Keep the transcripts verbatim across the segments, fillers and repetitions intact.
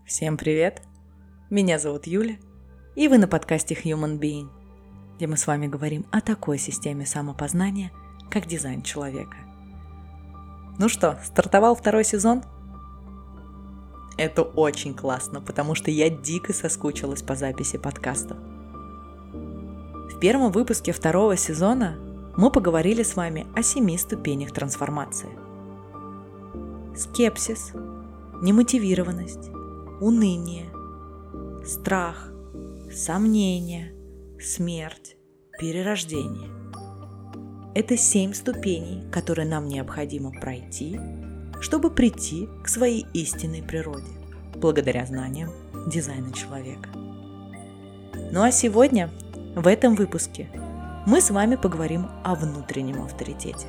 Всем привет! Меня зовут Юля, и вы на подкасте Human Being, где мы с вами говорим о такой системе самопознания, как дизайн человека. Ну что, стартовал второй сезон? Это очень классно, потому что я дико соскучилась по записи подкастов. В первом выпуске второго сезона мы поговорили с вами о семи ступенях трансформации. Скепсис, немотивированность, уныние, страх, сомнение, смерть, перерождение. Это семь ступеней, которые нам необходимо пройти, чтобы прийти к своей истинной природе, благодаря знаниям дизайна человека. Ну а сегодня, в этом выпуске, мы с вами поговорим о внутреннем авторитете.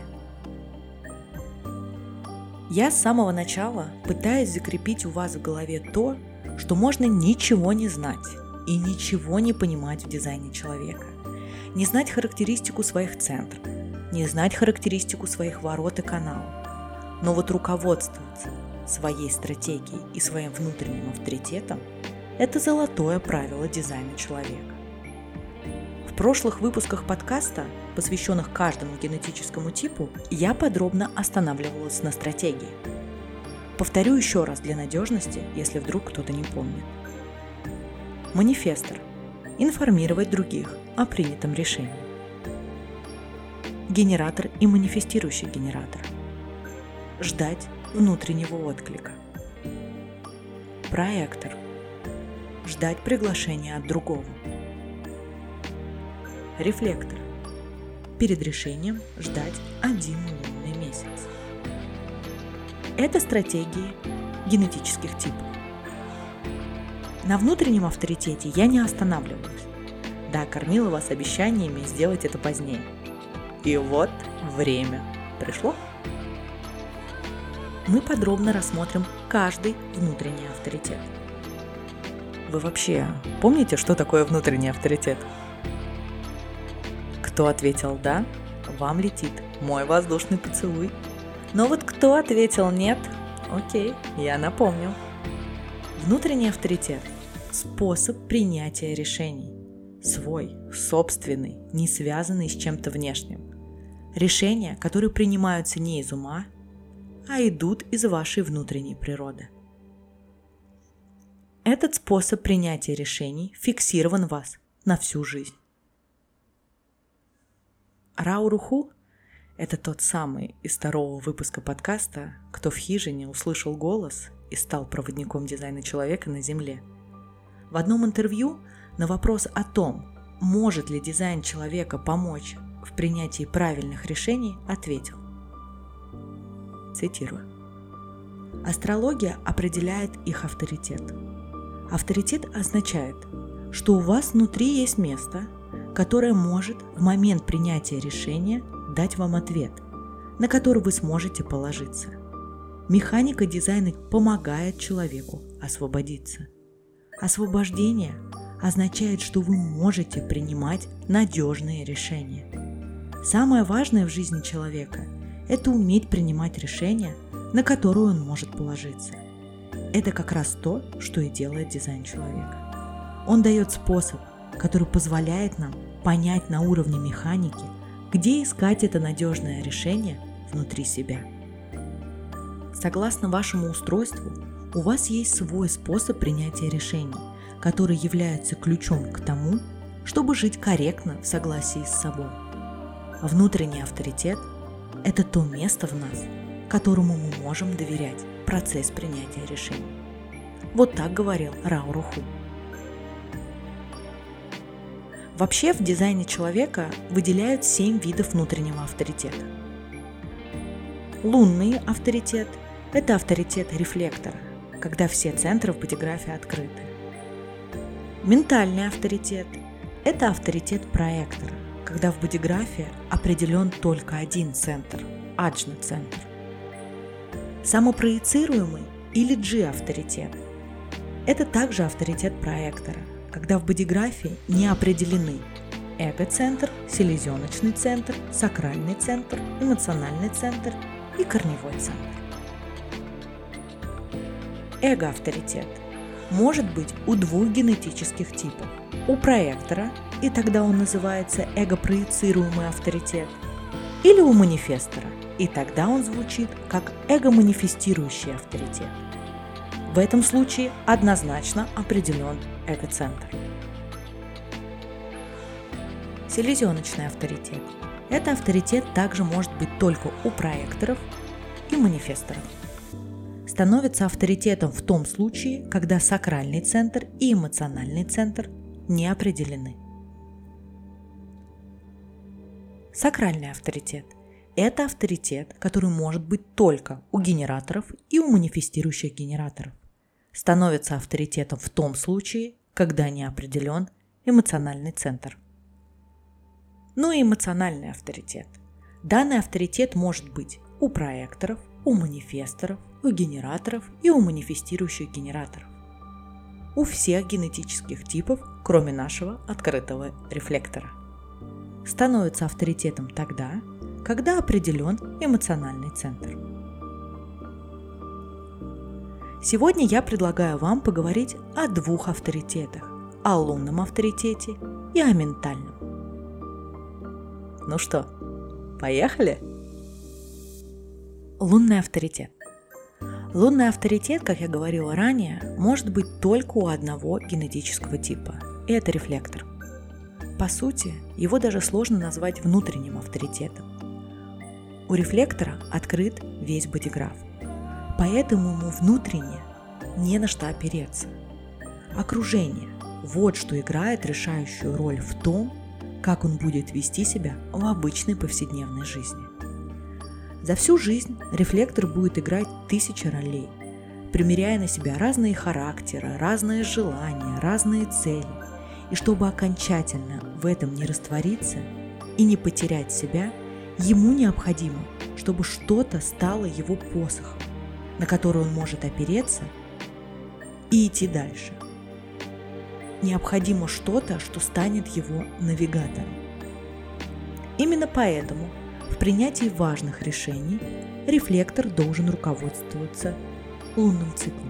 Я с самого начала пытаюсь закрепить у вас в голове то, что можно ничего не знать и ничего не понимать в дизайне человека, не знать характеристику своих центров, не знать характеристику своих ворот и каналов, но вот руководствоваться своей стратегией и своим внутренним авторитетом – это золотое правило дизайна человека. В прошлых выпусках подкаста, посвященных каждому генетическому типу, я подробно останавливалась на стратегии. Повторю еще раз для надежности, если вдруг кто-то не помнит. Манифестор – информировать других о принятом решении. Генератор и манифестирующий генератор – ждать внутреннего отклика. Проектор – ждать приглашения от другого. Рефлектор. Перед решением ждать один лунный месяц. Это стратегии генетических типов. На внутреннем авторитете я не останавливалась. Да, кормила вас обещаниями сделать это позднее. И вот время пришло. Мы подробно рассмотрим каждый внутренний авторитет. Вы вообще помните, что такое внутренний авторитет? Кто ответил «да», вам летит мой воздушный поцелуй. Но вот кто ответил «нет», окей, я напомню. Внутренний авторитет – способ принятия решений. Свой, собственный, не связанный с чем-то внешним. Решения, которые принимаются не из ума, а идут из вашей внутренней природы. Этот способ принятия решений фиксирован в вас на всю жизнь. Рау-Руху – это тот самый из второго выпуска подкаста, кто в хижине услышал голос и стал проводником дизайна человека на Земле. В одном интервью на вопрос о том, может ли дизайн человека помочь в принятии правильных решений, ответил. Цитирую. Астрология определяет их авторитет. Авторитет означает, что у вас внутри есть место, которое может в момент принятия решения дать вам ответ, на который вы сможете положиться. Механика дизайна помогает человеку освободиться. Освобождение означает, что вы можете принимать надежные решения. Самое важное в жизни человека – это уметь принимать решения, на которые он может положиться. Это как раз то, что и делает дизайн человека. Он дает способ, который позволяет нам понять на уровне механики, где искать это надежное решение внутри себя. Согласно вашему устройству, у вас есть свой способ принятия решений, который является ключом к тому, чтобы жить корректно в согласии с собой. Внутренний авторитет – это то место в нас, которому мы можем доверять процесс принятия решений. Вот так говорил Рау-Руху. Вообще в дизайне человека выделяют семь видов внутреннего авторитета. Лунный авторитет – это авторитет рефлектора, когда все центры в бодиграфе открыты. Ментальный авторитет – это авторитет проектора, когда в бодиграфе определен только один центр – аджна-центр. Самопроецируемый или джи-авторитет – это также авторитет проектора, когда в бодиграфе не определены эго-центр, селезеночный центр, сакральный центр, эмоциональный центр и корневой центр. Эго-авторитет может быть у двух генетических типов. У проектора, и тогда он называется эго-проецируемый авторитет, или у манифестора, и тогда он звучит как эго-манифестирующий авторитет. В этом случае однозначно определен эго-центр. Селезеночный авторитет. Это авторитет также может быть только у проекторов и манифесторов. Становится авторитетом в том случае, когда сакральный центр и эмоциональный центр не определены. Сакральный авторитет – это авторитет, который может быть только у генераторов и у манифестирующих генераторов. Становится авторитетом в том случае, когда не определен эмоциональный центр. Ну и эмоциональный авторитет. Данный авторитет может быть у проекторов, у манифесторов, у генераторов и у манифестирующих генераторов. У всех генетических типов, кроме нашего открытого рефлектора. Становится авторитетом тогда, когда определен эмоциональный центр. Сегодня я предлагаю вам поговорить о двух авторитетах – о лунном авторитете и о ментальном. Ну что, поехали? Лунный авторитет. Лунный авторитет, как я говорила ранее, может быть только у одного генетического типа, и это рефлектор. По сути, его даже сложно назвать внутренним авторитетом. У рефлектора открыт весь бодиграф, поэтому ему внутренне не на что опереться. Окружение – вот что играет решающую роль в том, как он будет вести себя в обычной повседневной жизни. За всю жизнь рефлектор будет играть тысячи ролей, примеряя на себя разные характеры, разные желания, разные цели. И чтобы окончательно в этом не раствориться и не потерять себя, ему необходимо, чтобы что-то стало его посохом, на который он может опереться и идти дальше. Необходимо что-то, что станет его навигатором. Именно поэтому в принятии важных решений рефлектор должен руководствоваться лунным циклом.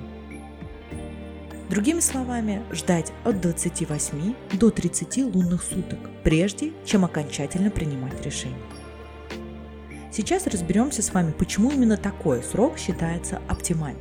Другими словами, ждать от двадцати восьми до тридцати лунных суток, прежде чем окончательно принимать решение. Сейчас разберемся с вами, почему именно такой срок считается оптимальным.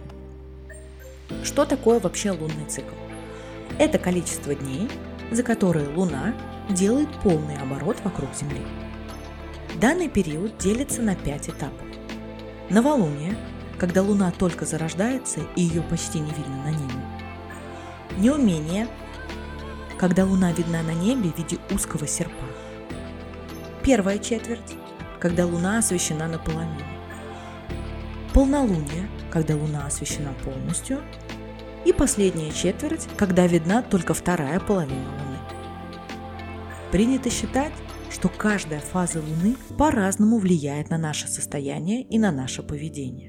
Что такое вообще лунный цикл? Это количество дней, за которые Луна делает полный оборот вокруг Земли. Данный период делится на пять этапов. Новолуние, когда Луна только зарождается и ее почти не видно на небе. Неумение, когда Луна видна на небе в виде узкого серпа. Первая четверть, когда Луна освещена наполовину. Полнолуние, когда Луна освещена полностью. И последняя четверть, когда видна только вторая половина Луны. Принято считать, что каждая фаза Луны по-разному влияет на наше состояние и на наше поведение.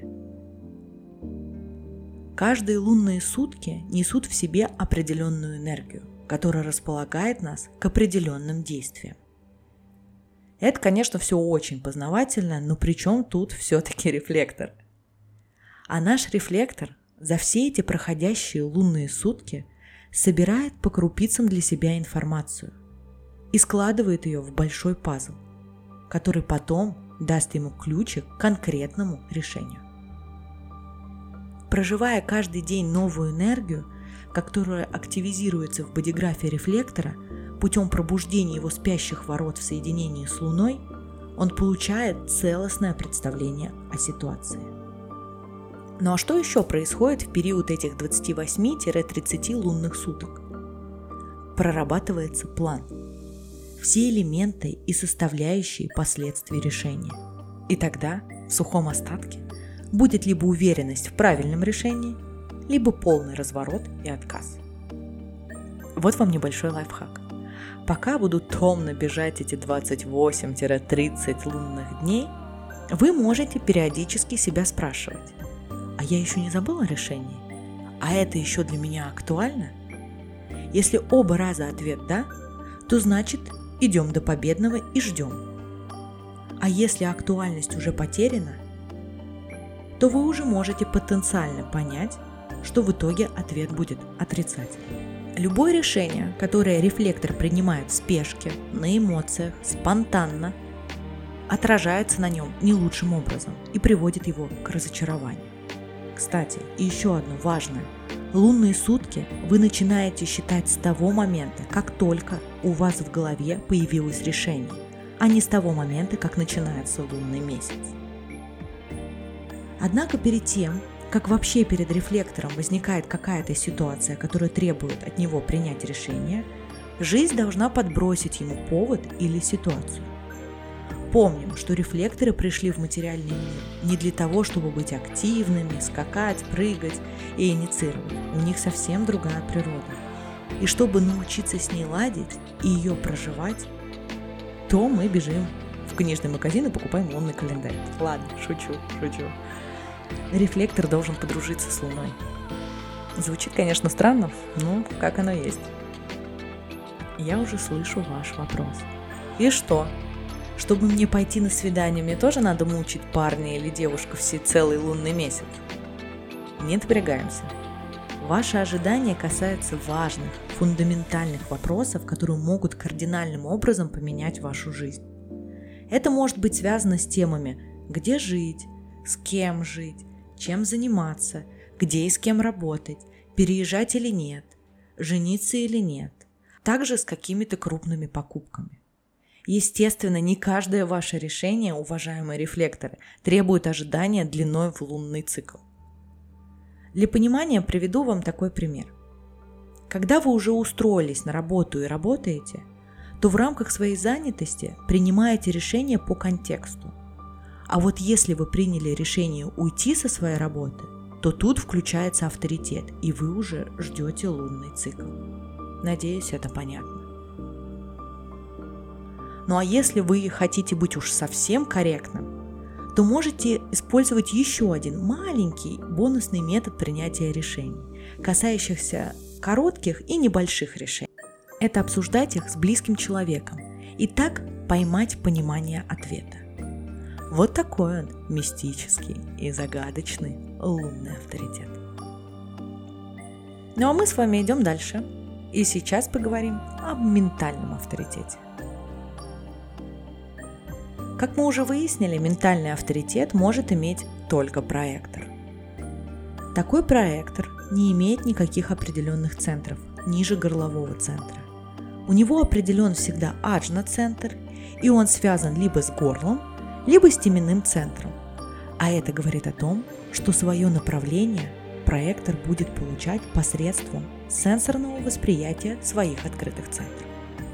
Каждые лунные сутки несут в себе определенную энергию, которая располагает нас к определенным действиям. Это, конечно, все очень познавательно, но при чем тут все-таки рефлектор? А наш рефлектор за все эти проходящие лунные сутки собирает по крупицам для себя информацию и складывает ее в большой пазл, который потом даст ему ключик к конкретному решению. Проживая каждый день новую энергию, которая активизируется в бодиграфе рефлектора путем пробуждения его спящих ворот в соединении с Луной, он получает целостное представление о ситуации. Ну а что еще происходит в период этих двадцати восьми - тридцати лунных суток? Прорабатывается план. Все элементы и составляющие последствий решения. И тогда, в сухом остатке, будет либо уверенность в правильном решении, либо полный разворот и отказ. Вот вам небольшой лайфхак. Пока будут томно бежать эти двадцать восемь - тридцать лунных дней, вы можете периодически себя спрашивать: а я еще не забыла решение? А это еще для меня актуально? Если оба раза ответ «да», то значит идем до победного и ждем. А если актуальность уже потеряна, то вы уже можете потенциально понять, что в итоге ответ будет отрицательный. Любое решение, которое рефлектор принимает в спешке, на эмоциях, спонтанно, отражается на нем не лучшим образом и приводит его к разочарованию. Кстати, и еще одно важное. Лунные сутки вы начинаете считать с того момента, как только у вас в голове появилось решение, а не с того момента, как начинается лунный месяц. Однако перед тем, как вообще перед рефлектором возникает какая-то ситуация, которая требует от него принять решение, жизнь должна подбросить ему повод или ситуацию. Помним, что рефлекторы пришли в материальный мир не для того, чтобы быть активными, скакать, прыгать и инициировать. У них совсем другая природа. И чтобы научиться с ней ладить и ее проживать, то мы бежим в книжный магазин и покупаем лунный календарь. Ладно, шучу, шучу. Рефлектор должен подружиться с Луной. Звучит, конечно, странно, но как оно есть. Я уже слышу ваш вопрос. И что? Чтобы мне пойти на свидание, мне тоже надо мучить парня или девушку все целый лунный месяц? Не напрягаемся. Ваши ожидания касаются важных, фундаментальных вопросов, которые могут кардинальным образом поменять вашу жизнь. Это может быть связано с темами «где жить?», «с кем жить?», «чем заниматься?», «где и с кем работать?», «переезжать или нет?», «жениться или нет?», также с какими-то крупными покупками. Естественно, не каждое ваше решение, уважаемые рефлекторы, требует ожидания длиной в лунный цикл. Для понимания приведу вам такой пример. Когда вы уже устроились на работу и работаете, то в рамках своей занятости принимаете решение по контексту. А вот если вы приняли решение уйти со своей работы, то тут включается авторитет, и вы уже ждете лунный цикл. Надеюсь, это понятно. Ну а если вы хотите быть уж совсем корректным, то можете использовать еще один маленький бонусный метод принятия решений, касающихся коротких и небольших решений. Это обсуждать их с близким человеком и так поймать понимание ответа. Вот такой он мистический и загадочный лунный авторитет. Ну а мы с вами идем дальше. И сейчас поговорим об ментальном авторитете. Как мы уже выяснили, ментальный авторитет может иметь только проектор. Такой проектор не имеет никаких определенных центров ниже горлового центра. У него определен всегда аджна-центр, и он связан либо с горлом, либо с теменным центром. А это говорит о том, что свое направление проектор будет получать посредством сенсорного восприятия своих открытых центров.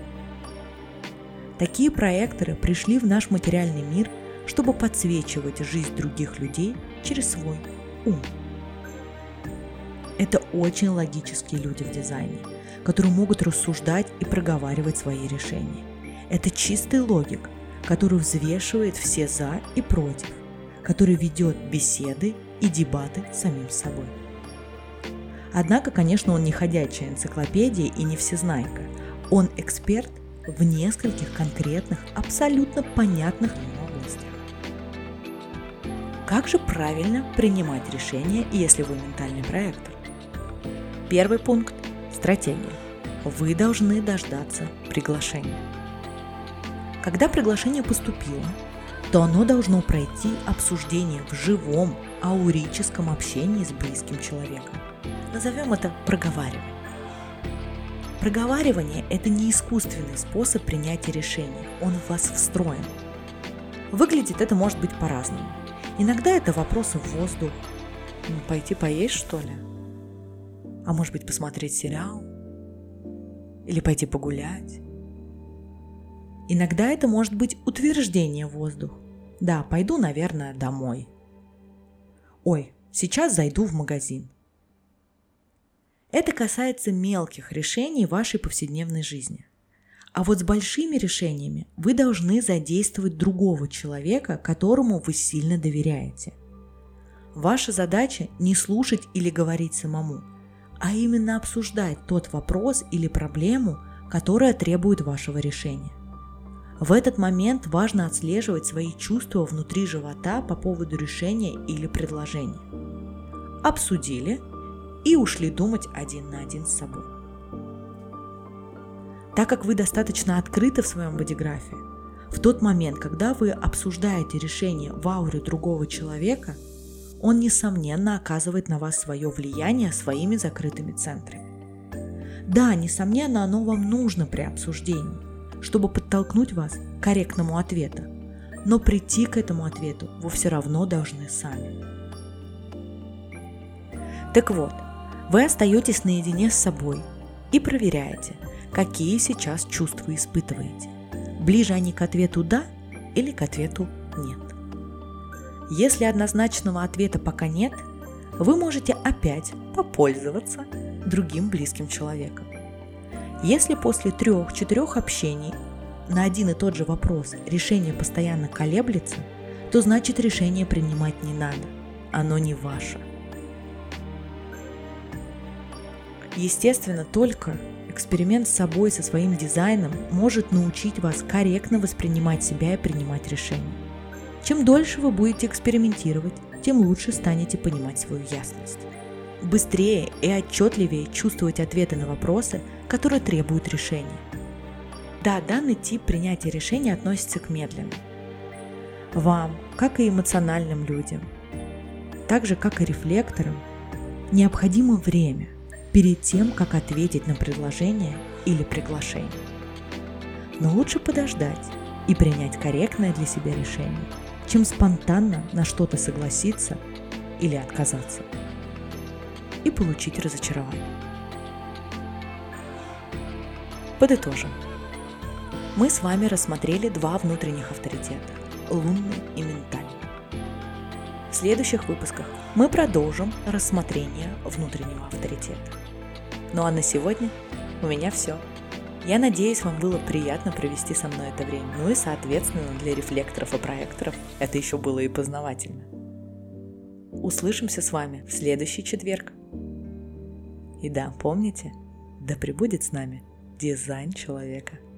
Такие проекторы пришли в наш материальный мир, чтобы подсвечивать жизнь других людей через свой ум. Это очень логические люди в дизайне, которые могут рассуждать и проговаривать свои решения. Это чистый логик, который взвешивает все «за» и «против», который ведет беседы и дебаты с самим собой. Однако, конечно, он не ходячая энциклопедия и не всезнайка. Он эксперт в нескольких конкретных, абсолютно понятных областях. Как же правильно принимать решения, если вы ментальный проектор? Первый пункт – стратегия. Вы должны дождаться приглашения. Когда приглашение поступило, то оно должно пройти обсуждение в живом, аурическом общении с близким человеком. Назовем это проговариванием. Проговаривание – это не искусственный способ принятия решений, он в вас встроен. Выглядит это может быть по-разному. Иногда это вопросы в воздух. Ну, пойти поесть, что ли? А может быть, посмотреть сериал? Или пойти погулять? Иногда это может быть утверждение в воздух. Да, пойду, наверное, домой. Ой, сейчас зайду в магазин. Это касается мелких решений вашей повседневной жизни. А вот с большими решениями вы должны задействовать другого человека, которому вы сильно доверяете. Ваша задача не слушать или говорить самому, а именно обсуждать тот вопрос или проблему, которая требует вашего решения. В этот момент важно отслеживать свои чувства внутри живота по поводу решения или предложения. Обсудили и ушли думать один на один с собой. Так как вы достаточно открыты в своем бодиграфе, в тот момент, когда вы обсуждаете решение в ауре другого человека, он, несомненно, оказывает на вас свое влияние своими закрытыми центрами. Да, несомненно, оно вам нужно при обсуждении, чтобы подтолкнуть вас к корректному ответу, но прийти к этому ответу вы все равно должны сами. Так вот, вы остаетесь наедине с собой и проверяете, какие сейчас чувства испытываете. Ближе они к ответу «да» или к ответу «нет». Если однозначного ответа пока нет, вы можете опять попользоваться другим близким человеком. Если после трех-четырех общений на один и тот же вопрос решение постоянно колеблется, то значит решение принимать не надо, оно не ваше. Естественно, только эксперимент с собой, со своим дизайном может научить вас корректно воспринимать себя и принимать решения. Чем дольше вы будете экспериментировать, тем лучше станете понимать свою ясность. Быстрее и отчетливее чувствовать ответы на вопросы, которые требуют решения. Да, данный тип принятия решений относится к медленным. Вам, как и эмоциональным людям, так же, как и рефлекторам, необходимо время перед тем, как ответить на предложение или приглашение. Но лучше подождать и принять корректное для себя решение, чем спонтанно на что-то согласиться или отказаться и получить разочарование. Подытожим. Мы с вами рассмотрели два внутренних авторитета – лунный и ментальный. В следующих выпусках мы продолжим рассмотрение внутреннего авторитета. Ну а на сегодня у меня все. Я надеюсь, вам было приятно провести со мной это время. Ну и, соответственно, для рефлекторов и проекторов это еще было и познавательно. Услышимся с вами в следующий четверг. И да, помните, да пребудет с нами дизайн человека.